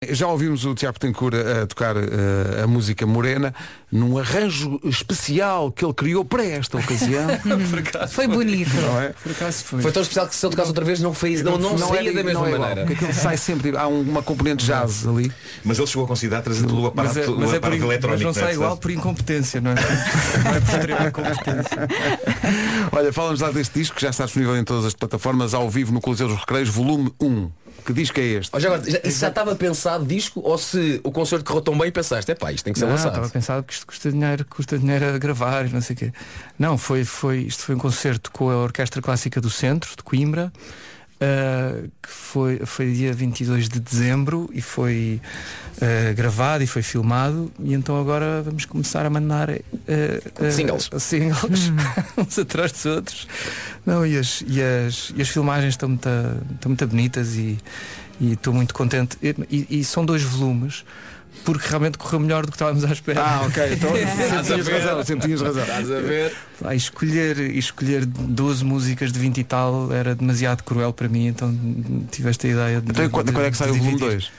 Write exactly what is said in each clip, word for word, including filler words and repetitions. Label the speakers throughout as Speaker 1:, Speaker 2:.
Speaker 1: Já ouvimos o Tiago Tencourt a tocar uh, a música Morena num arranjo especial que ele criou para esta ocasião.
Speaker 2: Foi bonito.
Speaker 1: Não é?
Speaker 3: Foi. Foi tão especial que se eu tocasse outra vez não fez, não, não, não saía é, da mesma não é maneira.
Speaker 1: Porque aquilo sai sempre, há uma componente jazz ali.
Speaker 4: Mas ele chegou a considerar trazer todo o aparato,
Speaker 5: mas é, mas
Speaker 4: o
Speaker 5: é
Speaker 4: aparato
Speaker 5: por,
Speaker 4: eletrónico.
Speaker 5: Mas não sai igual por incompetência, não é? Não é por extrema incompetência.
Speaker 1: Olha, fala-nos lá deste disco que já está disponível em todas as plataformas, ao vivo no Coliseu dos Recreios, volume um. Que disco é este?
Speaker 3: Oh, já, agora, já, já estava pensado disco ou se o concerto correu tão bem e pensaste, é pá, isto tem que ser
Speaker 5: não,
Speaker 3: lançado?
Speaker 5: Estava pensado que isto custa dinheiro, custa dinheiro a gravar e não sei o quê. Não, foi, foi, isto foi um concerto com a Orquestra Clássica do Centro, de Coimbra, uh, que foi, foi dia vinte e dois de dezembro e foi uh, gravado e foi filmado e então agora vamos começar a mandar uh, uh,
Speaker 3: singles,
Speaker 5: singles uns atrás dos outros. Não, e as, e as, e as filmagens estão muito, estão muito bonitas e e estou muito contente. E, e, e são dois volumes porque realmente correu melhor do que estávamos à espera.
Speaker 1: Ah, ok. Então sempre tinhas razão, sempre tinhas razão.
Speaker 3: Estás a ver?
Speaker 5: Ah, escolher, escolher doze músicas de vinte e tal era demasiado cruel para mim, então tive esta ideia de.
Speaker 1: Então de, quando,
Speaker 5: de,
Speaker 1: quando é que sai o volume dois?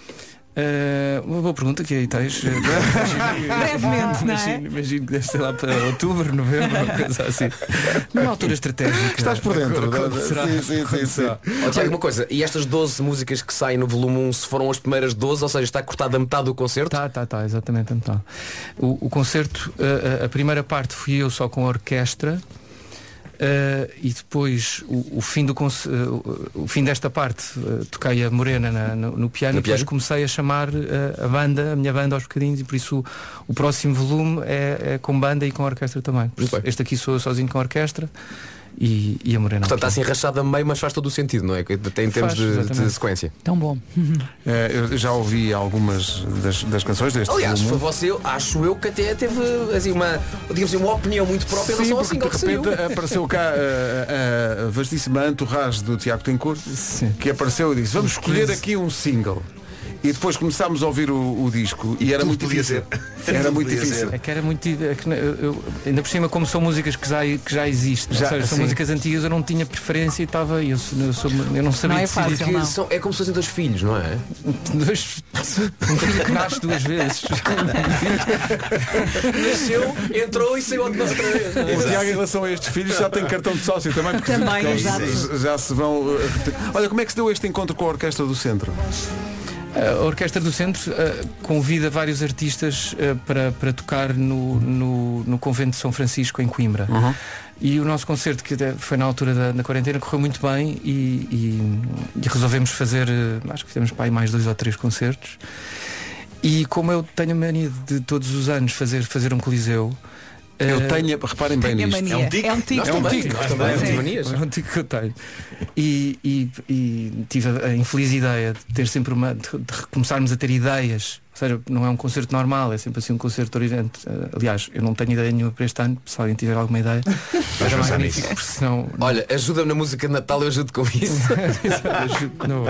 Speaker 5: Uh, uma boa pergunta que aí tens.
Speaker 2: Brevemente, não é?
Speaker 5: Imagino que deve ser lá para outubro, novembro, uma coisa assim. Numa altura estratégica.
Speaker 1: Estás por dentro.
Speaker 5: Será?
Speaker 1: Sim, sim, sim, sim.
Speaker 3: Oh, Tiago, uma coisa, e estas doze músicas que saem no volume um, se foram as primeiras doze, ou seja, está cortada a metade do concerto?
Speaker 5: Tá, tá, tá, exatamente a metade. O, o concerto, a, a primeira parte fui eu só com a orquestra. Uh, e depois o, o, fim do, uh, o fim desta parte uh, toquei a Morena na, no, no piano,
Speaker 3: no
Speaker 5: depois
Speaker 3: piano?
Speaker 5: comecei a chamar uh, a banda, a minha banda aos bocadinhos e por isso o, o próximo volume é, é com banda e com orquestra também. Este aqui sou eu sozinho com a orquestra e, e a Morena.
Speaker 3: Portanto está assim rachado a meio, mas faz todo o sentido, não é? Até em termos
Speaker 5: Faz,
Speaker 3: de, de sequência.
Speaker 2: Tão bom.
Speaker 1: É, eu já ouvi algumas das, das canções deste
Speaker 3: Aliás,
Speaker 1: volume.
Speaker 3: foi você, acho eu que até teve assim, uma, digamos assim, uma opinião muito própria em
Speaker 1: Sim,
Speaker 3: relação ao
Speaker 1: porque
Speaker 3: single
Speaker 1: de
Speaker 3: que
Speaker 1: repente
Speaker 3: saiu.
Speaker 1: apareceu cá a, a, a vastíssima entourage do Tiago Tencourt,
Speaker 5: Sim.
Speaker 1: que apareceu e disse, vamos escolher aqui um single. E depois começámos a ouvir o, o disco e era
Speaker 4: Tudo
Speaker 1: muito
Speaker 4: podia
Speaker 1: difícil.
Speaker 4: ser.
Speaker 1: Era
Speaker 4: Tudo
Speaker 1: muito
Speaker 4: podia
Speaker 1: difícil.
Speaker 4: ser.
Speaker 5: É que era muito. É que, eu, eu, ainda por cima, como são músicas que já, que já existem,
Speaker 1: Já,
Speaker 5: ou seja, são
Speaker 1: sim.
Speaker 5: músicas antigas, eu não tinha preferência e estava. Eu, eu, sou, eu não sabia
Speaker 2: Não é
Speaker 5: decidir.
Speaker 2: fácil, não.
Speaker 3: São, é como se fossem dois filhos, não é?
Speaker 5: Dois, um filho que nasce duas vezes.
Speaker 3: Nasceu, entrou e saiu outra vez.
Speaker 1: O Tiago, em relação a estes filhos, já tem cartão de sócio também, porque,
Speaker 2: Também,
Speaker 1: porque eles
Speaker 2: exato.
Speaker 1: já se vão. uh, repetir. Olha, como é que se deu este encontro com a Orquestra do Centro?
Speaker 5: A Orquestra do Centro uh, convida vários artistas uh, para, para tocar no, no, no Convento de São Francisco, em Coimbra.
Speaker 1: Uhum.
Speaker 5: E o nosso concerto, que até foi na altura da, da quarentena, correu muito bem e, e, e resolvemos fazer, uh, acho que fizemos para aí mais dois ou três concertos. E como eu tenho a mania de todos os anos fazer, fazer um coliseu,
Speaker 1: Eu tenho, reparem bem
Speaker 2: Tenho a
Speaker 1: nisto.
Speaker 2: mania.
Speaker 4: É um tique.
Speaker 2: É um tique.
Speaker 3: Nós
Speaker 1: É um
Speaker 3: também,
Speaker 1: tique.
Speaker 3: nós também,
Speaker 2: Sim.
Speaker 3: manias.
Speaker 5: É um tico que eu tenho. E, e, e tive a, a infeliz ideia de ter sempre uma. de, de recomeçarmos a ter ideias. Ou seja, não é um concerto normal, é sempre assim um concerto originante. Uh, aliás, eu não tenho ideia nenhuma para este ano, se alguém tiver alguma ideia. Era
Speaker 4: pensar
Speaker 5: magnífico, porque senão.
Speaker 3: Olha, ajuda-me na música de Natal, eu ajudo com isso.
Speaker 5: não,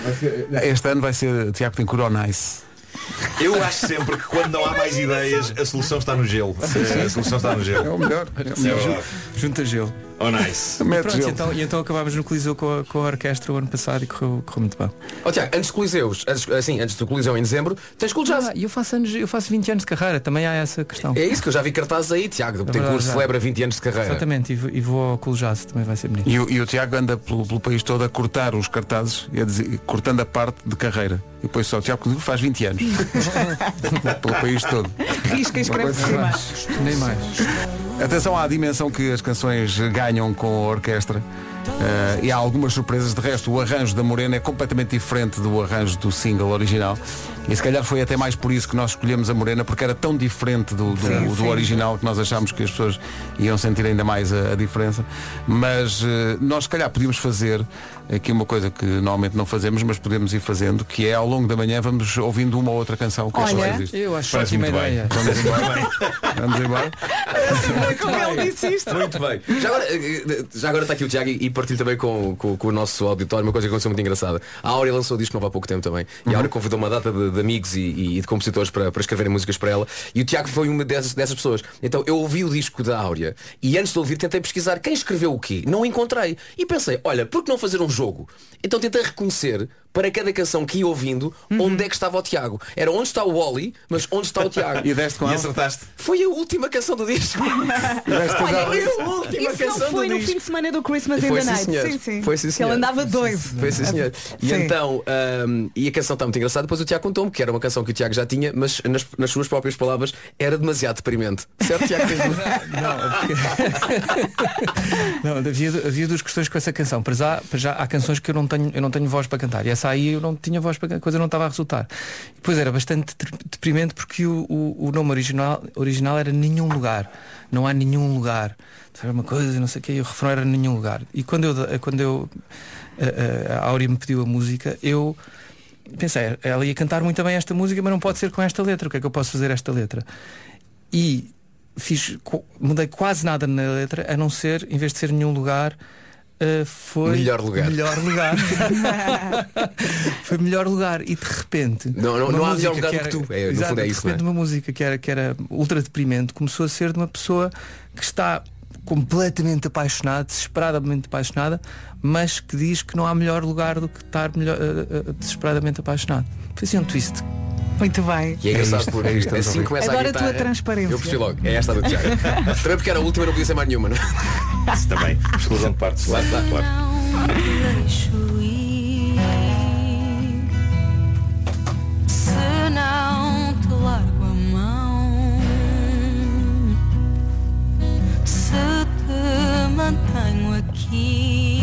Speaker 1: Este ano vai ser Tiago Tencourt on Ice.
Speaker 4: Eu acho sempre que quando não há mais ideias, a solução está no gelo. A solução está no
Speaker 1: É
Speaker 4: gelo.
Speaker 1: o melhor. É o
Speaker 4: Sim,
Speaker 1: melhor.
Speaker 4: é
Speaker 5: junta gelo.
Speaker 4: Oh, nice.
Speaker 1: Mete
Speaker 5: Pronto,
Speaker 1: gelo.
Speaker 5: então, e então acabámos no Coliseu com a, com a orquestra o ano passado e correu, correu muito bem.
Speaker 3: Oh, Tiago, antes do Coliseus, antes, assim, antes do Coliseu em dezembro, tens Cool Jazz.
Speaker 5: Ah, e eu faço anos, eu faço vinte anos de carreira, também há essa questão.
Speaker 3: É isso que eu já vi cartazes aí, Tiago. Tem
Speaker 5: verdade,
Speaker 3: curso
Speaker 5: já.
Speaker 3: celebra vinte anos de carreira.
Speaker 5: Exatamente, e vou, e vou ao Cool Jazz, também vai ser bonito.
Speaker 1: E o, e o Tiago anda pelo, pelo país todo a cortar os cartazes e a dizer, cortando a parte de carreira. E depois só o Tiago Tencourt faz vinte anos. Pelo país todo.
Speaker 2: Risca e escreve por cima.
Speaker 5: Nem mais.
Speaker 1: Atenção à dimensão que as canções ganham com a orquestra. Uh, e há algumas surpresas. De resto, o arranjo da Morena é completamente diferente do arranjo do single original. E se calhar foi até mais por isso que nós escolhemos a Morena, porque era tão diferente do, do,
Speaker 2: Sim,
Speaker 1: do
Speaker 2: sim.
Speaker 1: original que nós achámos que as pessoas iam sentir ainda mais a, a diferença. Mas uh, nós se calhar podíamos fazer aqui uma coisa que normalmente não fazemos, mas podemos ir fazendo, que é ao longo da manhã vamos ouvindo uma ou outra canção que
Speaker 2: Olha,
Speaker 1: só existe.
Speaker 5: Eu acho
Speaker 4: Parece
Speaker 5: ótima
Speaker 4: muito bem.
Speaker 5: ideia.
Speaker 1: Vamos embora. Vamos embora.
Speaker 2: Como ele disse isto.
Speaker 3: Muito bem. Já agora, eh, já agora está aqui o Tiago e partilho também com, com, com o nosso auditório uma coisa que aconteceu muito engraçada. A Áurea lançou o disco novo há pouco tempo também. E a Áurea convidou uma data de, de amigos e, e de compositores para, para escreverem músicas para ela, e o Tiago foi uma dessas, dessas pessoas. Então eu ouvi o disco da Áurea e antes de ouvir tentei pesquisar quem escreveu o quê. Não encontrei. E pensei, olha, por que não fazer um jogo? Então tentei reconhecer para cada canção que ia ouvindo, uhum. onde é que estava o Tiago. Era onde está o Wally, mas onde está o Tiago.
Speaker 1: E deste com
Speaker 4: E
Speaker 1: ela?
Speaker 4: acertaste.
Speaker 3: Foi a última canção do disco.
Speaker 2: Olha,
Speaker 3: Foi
Speaker 2: isso,
Speaker 3: a última
Speaker 2: isso não
Speaker 3: canção
Speaker 2: foi
Speaker 3: do
Speaker 2: no
Speaker 3: disco.
Speaker 2: fim de semana do Christmas in
Speaker 3: Foi
Speaker 2: the
Speaker 3: sim,
Speaker 2: Night.
Speaker 3: senhor.
Speaker 2: Sim, sim.
Speaker 3: Foi sim,
Speaker 2: Que
Speaker 3: senhor.
Speaker 2: ele andava doido.
Speaker 3: Foi sim, senhor. E
Speaker 2: Sim.
Speaker 3: então, um, e a canção está muito engraçada. Depois o Tiago contou-me que era uma canção que o Tiago já tinha, mas nas, nas suas próprias palavras era demasiado deprimente. Certo, Tiago?
Speaker 5: Não, havia, havia duas questões com essa canção. Para já, para já há canções que eu não tenho, eu não tenho voz para cantar. E essa aí eu não tinha voz para cantar, a coisa não estava a resultar. E depois era bastante deprimente porque o, o, o nome original, original era Nenhum Lugar. Não há nenhum lugar. Era uma coisa e não sei o que, e o refrão era Nenhum Lugar. E quando eu, quando eu a, a Áurea me pediu a música, eu pensei, ela ia cantar muito bem esta música, mas não pode ser com esta letra. O que é que eu posso fazer esta letra? E fiz, mudei quase nada na letra, a não ser, em vez de ser Nenhum Lugar, uh, foi
Speaker 3: Melhor Lugar.
Speaker 5: Melhor lugar. Foi Melhor Lugar. E de repente
Speaker 3: Não, não, não há melhor lugar
Speaker 5: que
Speaker 3: do que
Speaker 5: era,
Speaker 3: tu. É, no
Speaker 5: exato,
Speaker 3: fundo é
Speaker 5: de
Speaker 3: isso,
Speaker 5: repente
Speaker 3: não é?
Speaker 5: uma música que era, que era ultra deprimente começou a ser de uma pessoa que está completamente apaixonada, desesperadamente apaixonada, mas que diz que não há melhor lugar do que estar melhor, uh, uh, desesperadamente apaixonado. Foi assim um twist.
Speaker 2: Muito bem.
Speaker 3: E é engraçado
Speaker 1: isto,
Speaker 3: porque
Speaker 1: é isto,
Speaker 3: assim começa
Speaker 2: Agora
Speaker 3: a
Speaker 2: a
Speaker 3: guitarra.
Speaker 2: tua transparência.
Speaker 3: Eu percebi logo, é esta do Tiago. Também porque era a última, não podia ser mais nenhuma, não é?
Speaker 4: Isso também. Exclusão de partes.
Speaker 3: Claro, claro, claro.
Speaker 6: Deixo ir. Se não te largo a mão, se te mantenho aqui,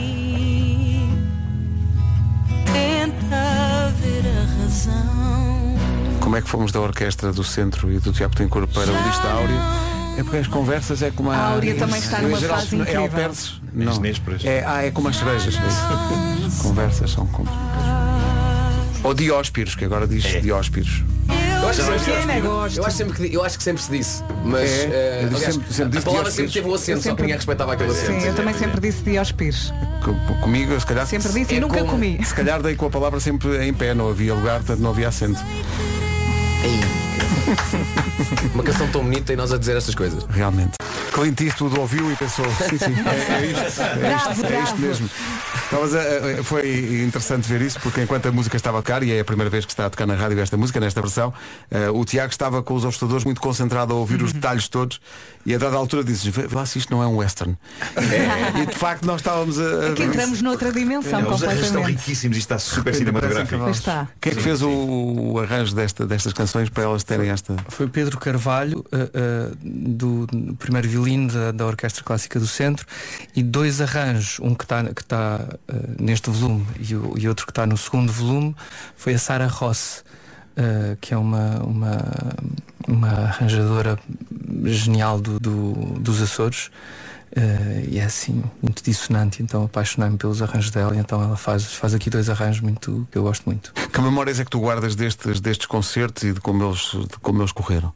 Speaker 6: tenta ver a razão.
Speaker 1: Como é que fomos da Orquestra do Centro e do Tiago Betancourt para o Lista Áurea? É porque as conversas é como a...
Speaker 2: A Áurea também está
Speaker 1: Eu,
Speaker 2: numa
Speaker 1: em geral,
Speaker 2: fase
Speaker 1: É
Speaker 2: incrível.
Speaker 1: alperces? Não.
Speaker 4: Nésperas.
Speaker 1: É, ah, é como as cerejas. É isso. Conversas são como... Ou dióspiros, que agora diz
Speaker 4: É.
Speaker 1: dióspiros.
Speaker 3: Eu acho, que
Speaker 2: Que
Speaker 3: sempre,
Speaker 2: ainda gosto.
Speaker 3: eu, acho sempre que, eu acho que sempre se disse. Mas
Speaker 1: É,
Speaker 3: eh,
Speaker 1: eu disse
Speaker 3: aliás,
Speaker 1: sempre- sempre
Speaker 3: a
Speaker 1: disse
Speaker 3: palavra
Speaker 1: Dióspires.
Speaker 3: sempre teve o acento,
Speaker 2: Eu
Speaker 3: só que
Speaker 2: sempre-
Speaker 3: ninguém respeitava aquele
Speaker 4: Pois é,
Speaker 3: acento.
Speaker 2: Sim, eu também sempre disse Dióspires.
Speaker 1: Co- Comigo, eu se calhar...
Speaker 2: Sempre disse e
Speaker 3: É
Speaker 2: nunca
Speaker 3: como-
Speaker 2: comi.
Speaker 1: Se calhar dei com a palavra sempre em pé, não havia lugar, portanto não havia acento.
Speaker 3: Uma canção tão bonita e nós a dizer estas coisas.
Speaker 1: Realmente. Clint Eastwood ouviu e pensou, sim, sim, é, é isto, é
Speaker 2: Bravo,
Speaker 1: isto, é isto
Speaker 2: bravo.
Speaker 1: mesmo. Estavas a- a- foi interessante ver isso, porque enquanto a música estava a tocar, e é a primeira vez que está a tocar na rádio esta música, nesta versão, eh, o Tiago estava com os ajustadores muito concentrado a ouvir os detalhes todos, e a dada altura dizes, vê vê lá se isto não é um western. E de facto nós estávamos a... a
Speaker 2: Que entramos noutra dimensão
Speaker 4: Os arranjos estão
Speaker 2: completamente.
Speaker 4: riquíssimos e está super
Speaker 1: Parece
Speaker 4: cinematográfico.
Speaker 2: Pois está.
Speaker 1: Quem é que fez o, o arranjo desta, destas canções para elas terem esta...
Speaker 5: Foi Pedro Carvalho, uh, uh, do primeiro violino da, da Orquestra Clássica do Centro, e dois arranjos, um que está que tá, uh, neste volume e, o, e outro que está no segundo volume, foi a Sara Ross, uh, que é uma, uma, uma arranjadora genial do, do, dos Açores. Uh, e é assim, muito dissonante, então apaixonei-me pelos arranjos dela, e então ela faz, faz aqui dois arranjos muito, que eu gosto muito.
Speaker 1: Que memórias é que tu guardas destes, destes concertos e de como eles, de como eles correram?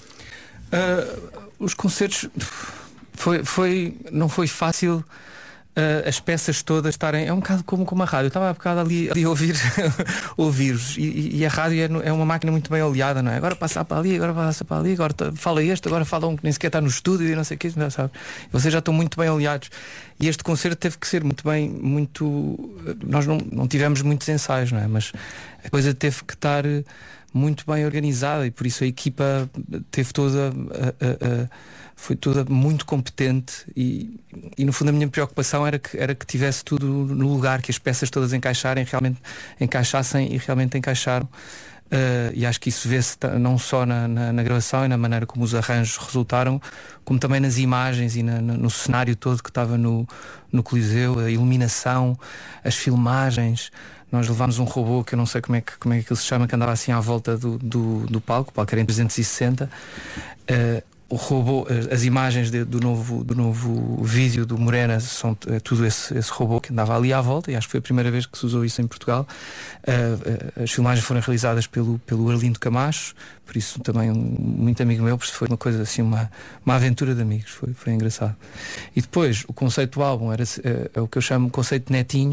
Speaker 5: Uh, os concertos foi, foi, não foi fácil, uh, as peças todas estarem. É um bocado como, como a rádio. Eu estava há bocado ali, ali a ouvir ouvir-vos. E, e a rádio é, no- é uma máquina muito bem aliada, não é? Agora passa para ali, agora passa para ali, agora tá- fala este, agora fala um que nem sequer está no estúdio e não sei o que, não sabe? Vocês já estão muito bem aliados. E este concerto teve que ser muito bem, muito. Nós não, não tivemos muitos ensaios, não é? Mas a coisa teve que estar eh, muito bem organizada, e por isso a equipa teve toda a- a- a- foi toda muito competente, e, e no fundo a minha preocupação era que, era que tivesse tudo no lugar, que as peças todas encaixarem, realmente encaixassem, e realmente encaixaram. Uh, e acho que isso vê-se ta- não só na, na, na gravação e na maneira como os arranjos resultaram, como também nas imagens e na, na- no cenário todo que estava no, no Coliseu, a iluminação, as filmagens. Nós levámos um robô que eu não sei como é que, como é que ele se chama, que andava assim à volta do, do, do palco, o palco era em trezentos e sessenta. Uh, o robô, as- as imagens de- do, novo, do novo vídeo do Morena são é tudo esse, esse robô que andava ali à volta, e acho que foi a primeira vez que se usou isso em Portugal. Uh, uh, as filmagens foram realizadas pelo, pelo Arlindo Camacho, por isso também um, muito amigo meu, porque foi uma coisa assim, uma, uma aventura de amigos, foi, foi engraçado. E depois o conceito do álbum era, é, é o que eu chamo de conceito netinho,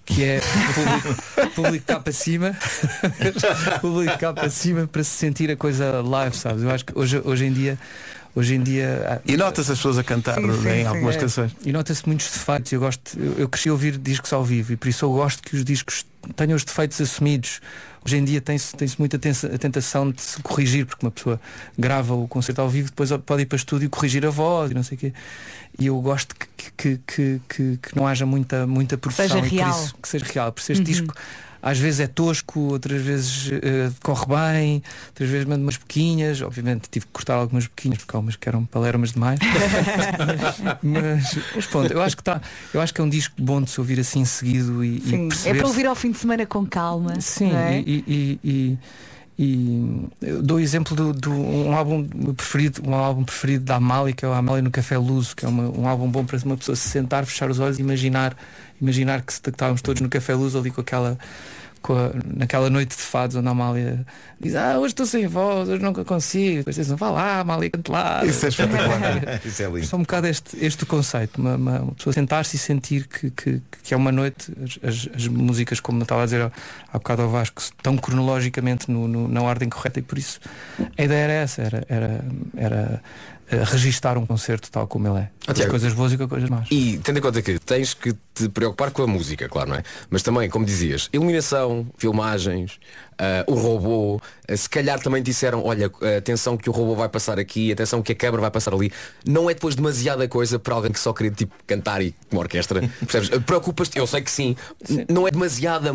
Speaker 5: que é público, público cá para cima, público cá para cima para se sentir a coisa live, sabes? Eu acho que hoje, hoje em dia Hoje em dia...
Speaker 1: E nota-se as pessoas a cantar sim, sim, em sim, algumas
Speaker 5: é.
Speaker 1: canções.
Speaker 5: E nota-se muitos defeitos. Eu gosto, eu, eu cresci a ouvir discos ao vivo e por isso eu gosto que os discos tenham os defeitos assumidos. Hoje em dia tem-se, tem-se muita a tentação de se corrigir, porque uma pessoa grava o concerto ao vivo, depois pode ir para o estúdio e corrigir a voz e não sei o quê. E eu gosto que, que, que, que, que não haja muita, muita profissão
Speaker 2: seja
Speaker 5: e
Speaker 2: real.
Speaker 5: por isso que seja real. Por isso este
Speaker 2: uhum.
Speaker 5: disco às vezes é tosco, outras vezes uh, corre bem, outras vezes mando umas boquinhas. Obviamente tive que cortar algumas boquinhas porque há umas que eram palermas demais. mas, mas pronto, eu acho que tá, eu acho que é um disco bom de se ouvir assim seguido e,
Speaker 2: Sim,
Speaker 5: e perceber.
Speaker 2: é para ouvir ao fim de semana com calma.
Speaker 5: Sim,
Speaker 2: não é?
Speaker 5: e, e, e, e eu dou o exemplo do, do um álbum preferido, um álbum preferido da Amália, que é o Amália no Café Luso, que é uma, um álbum bom para uma pessoa se sentar, fechar os olhos e imaginar, imaginar que estávamos todos no Café Luso ali com aquela com a, naquela noite de fados onde a Amália diz, ah, hoje estou sem voz, hoje nunca consigo, depois dizem, vá lá, Amália, cante lá.
Speaker 1: Isso é espetacular.
Speaker 4: Isso é lindo.
Speaker 5: Só um bocado este, este conceito, uma, uma, uma pessoa sentar-se e sentir que, que, que é uma noite, as, as, as músicas, como eu estava a dizer há bocado ao Vasco, estão cronologicamente no, no, na ordem correta e por isso a ideia era essa, era, era, era uh, registar um concerto tal como ele é.
Speaker 3: Ah,
Speaker 5: com coisas boas e com coisas más.
Speaker 3: E tendo em conta que tens que te preocupar com a música, claro, não é? Mas também, como dizias, iluminação, filmagens, uh, o robô, uh, se calhar também disseram, olha, uh, atenção que o robô vai passar aqui, atenção que a câmara vai passar ali. Não é depois demasiada coisa para alguém que só queria tipo cantar e uma orquestra. Percebes? Uh, Preocupas-te, eu sei que sim, sim. Não é demasiada.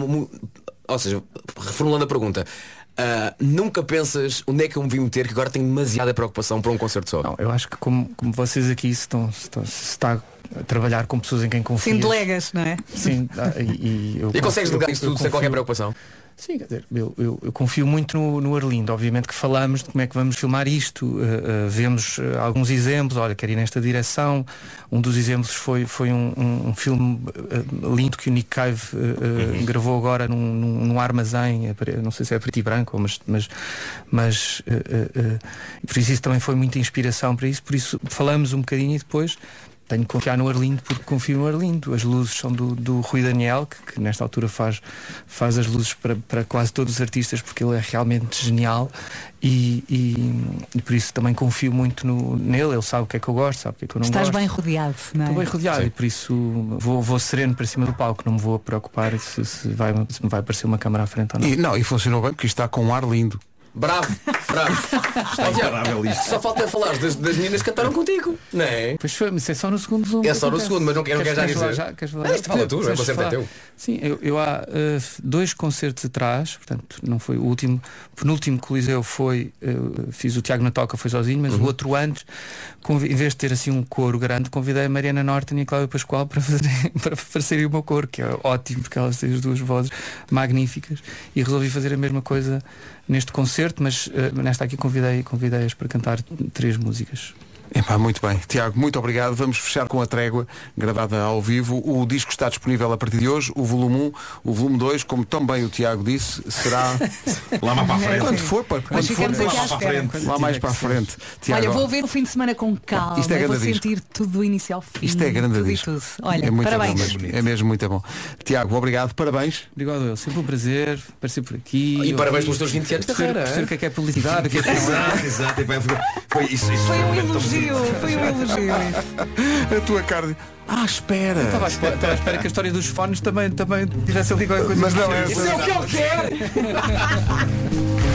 Speaker 3: Ou seja, reformulando a pergunta, Uh, nunca pensas onde é que eu me vim meter que agora tenho demasiada preocupação para um concerto só?
Speaker 5: Não, eu acho que como, como vocês aqui estão, estão, se está a trabalhar com pessoas em quem confias.
Speaker 2: Sim, delegas, não é?
Speaker 5: Sim, e, e, eu
Speaker 3: e consegues delegar
Speaker 5: eu,
Speaker 3: isso
Speaker 5: eu
Speaker 3: tudo
Speaker 5: confio,
Speaker 3: sem qualquer preocupação?
Speaker 5: Sim, quer dizer, eu, eu, eu confio muito no, no Arlindo. Obviamente que falamos de como é que vamos filmar isto, uh, uh, vemos uh, alguns exemplos, olha, quero ir nesta direção. Um dos exemplos foi, foi um, um, um filme uh, lindo que o Nick Cave uh, uh, uhum. gravou agora num, num, num armazém, não sei se é preto e branco, mas, mas, mas uh, uh, uh, por isso isso também foi muita inspiração para isso, por isso falamos um bocadinho e depois tenho que confiar no Arlindo porque confio no Arlindo. As luzes são do, do Rui Daniel, que, que nesta altura faz, faz as luzes para, para quase todos os artistas porque ele é realmente genial e, e, e por isso também confio muito no, nele. Ele sabe o que é que eu gosto, sabe o que é que eu não
Speaker 2: Estás
Speaker 5: gosto.
Speaker 2: Estás bem rodeado, não é?
Speaker 5: Estou bem rodeado. Sim. E por isso vou, vou sereno para cima do palco, não me vou preocupar se, se, vai, se me vai aparecer uma câmara à frente ou não.
Speaker 1: E, não, e funcionou bem porque isto está com um ar lindo.
Speaker 3: Bravo, bravo. Está Só falta falar das, das meninas que cantaram contigo, não é?
Speaker 5: Pois foi, mas é só no segundo volume.
Speaker 3: É só no segundo, mas não quero já dizer.
Speaker 5: Já, queres falar?
Speaker 3: Ah, isto fala tu, o concerto é teu.
Speaker 5: Sim, eu, eu há uh, dois concertos atrás, portanto, não foi o último, o penúltimo Coliseu foi, uh, fiz o Tiago na Toca, foi sozinho, mas uhum. o outro antes, em vez de ter assim um coro grande, convidei a Mariana Norton e a Cláudia Pascoal para, fazer, para fazerem o meu coro, que é ótimo, porque elas têm as duas vozes magníficas, e resolvi fazer a mesma coisa neste concerto, mas uh, nesta aqui convidei, convidei-as para cantar três músicas.
Speaker 1: Epá, muito bem. Tiago, muito obrigado. Vamos fechar com a Trégua, gravada ao vivo. O disco está disponível a partir de hoje, o volume um, o volume dois, como tão bem o Tiago disse, será
Speaker 4: lá mais para a frente.
Speaker 1: Quando for, para, quando for,
Speaker 4: lá, para a frente.
Speaker 1: lá mais para a frente.
Speaker 2: Tiago, olha, vou ver o fim de semana com calma.
Speaker 1: Isto é
Speaker 2: vou
Speaker 1: grande
Speaker 2: sentir
Speaker 1: disco.
Speaker 2: tudo do início ao fim.
Speaker 1: Isto é grande
Speaker 2: tudo
Speaker 1: disco.
Speaker 2: Tudo. Olha,
Speaker 1: é muito
Speaker 2: parabéns.
Speaker 1: Bom mesmo. É mesmo muito bom. Tiago, obrigado, parabéns.
Speaker 5: Obrigado eu. Sempre um prazer aparecer por aqui.
Speaker 3: E parabéns pelos teus vinte anos de carreira.
Speaker 5: Perceber o que é que é publicidade, o que é que é.
Speaker 4: Exato, exato. Foi isso.
Speaker 2: Foi um elogio. Foi um elogio.
Speaker 1: A tua cara. Ah, espera.
Speaker 5: Estava à espera, estava à espera que a história dos fones também, também tivesse ali qualquer coisa.
Speaker 1: Mas não é.
Speaker 5: Isso é o que eu quero.